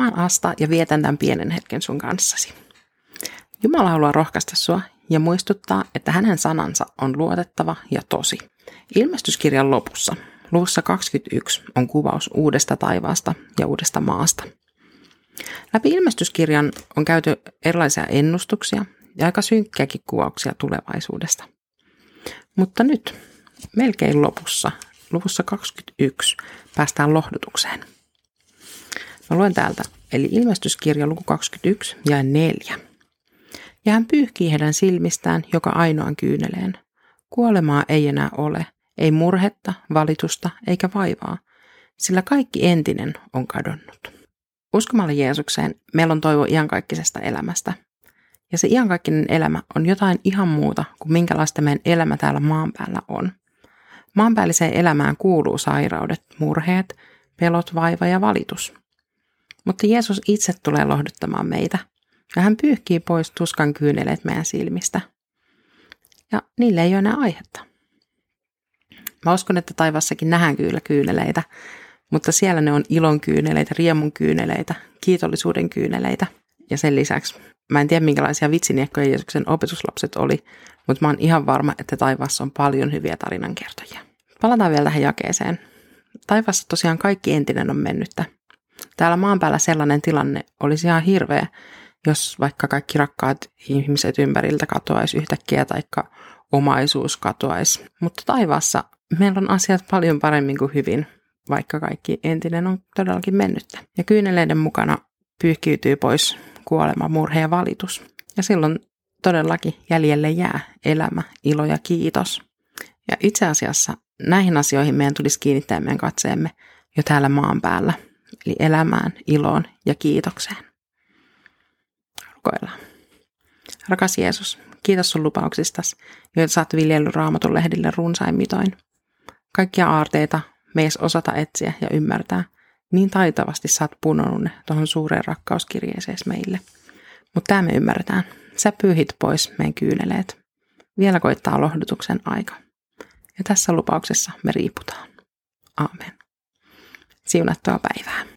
oon Asta ja vietän tämän pienen hetken sun kanssasi. Jumala haluaa rohkaista sua ja muistuttaa, että hänen sanansa on luotettava ja tosi. Ilmestyskirjan lopussa, luvussa 21, on kuvaus uudesta taivaasta ja uudesta maasta. Läpi ilmestyskirjan on käyty erilaisia ennustuksia ja aika synkkiäkin kuvauksia tulevaisuudesta. Mutta nyt, melkein lopussa, luvussa 21, päästään lohdutukseen. Mä luen täältä, eli ilmestyskirja luku 21 ja 4. Ja hän pyyhkii heidän silmistään joka ainoan kyyneleen. Kuolemaa ei enää ole, ei murhetta, valitusta eikä vaivaa, sillä kaikki entinen on kadonnut. Uskomalla Jeesukseen meillä on toivo iankaikkisesta elämästä. Ja se iankaikkinen elämä on jotain ihan muuta kuin minkälaista meidän elämä täällä maan päällä on. Maanpäälliseen elämään kuuluu sairaudet, murheet, pelot, vaiva ja valitus. Mutta Jeesus itse tulee lohduttamaan meitä, ja hän pyyhkii pois tuskan kyyneleet meidän silmistä. Ja niille ei ole enää aihetta. Mä uskon, että taivassakin nähdään kyllä kyyneleitä, mutta siellä ne on ilon kyyneleitä, riemun kyyneleitä, kiitollisuuden kyyneleitä. Ja sen lisäksi, mä en tiedä minkälaisia vitsiniekkoja Jeesuksen opetuslapset oli, mutta mä oon ihan varma, että taivaassa on paljon hyviä tarinankertojia. Palataan vielä tähän jakeeseen. Taivaassa tosiaan kaikki entinen on mennyttä. Täällä maan päällä sellainen tilanne olisi ihan hirveä, jos vaikka kaikki rakkaat ihmiset ympäriltä katoaisi yhtäkkiä taikka omaisuus katoaisi. Mutta taivaassa meillä on asiat paljon paremmin kuin hyvin, vaikka kaikki entinen on todellakin mennyttä. Ja kyyneleiden mukana pyyhkiytyy pois kuolema, murhe ja valitus. Ja silloin todellakin jäljelle jää elämä, ilo ja kiitos. Ja itse asiassa näihin asioihin meidän tulisi kiinnittää meidän katseemme jo täällä maan päällä. Eli elämään, iloon ja kiitokseen. Rukoillaan. Rakas Jeesus, kiitos sun lupauksistasi, joita sä oot viljellyt Raamatun lehdille runsain mitoin. Kaikkia aarteita me edes osata etsiä ja ymmärtää. Niin taitavasti sä oot punonut ne tuohon suureen rakkauskirjeeseen meille. Mutta tämä me ymmärretään. Sä pyyhit pois meidän kyyneleet. Vielä koittaa lohdutuksen aika. Ja tässä lupauksessa me riiputaan. Aamen. Siunattua päivää.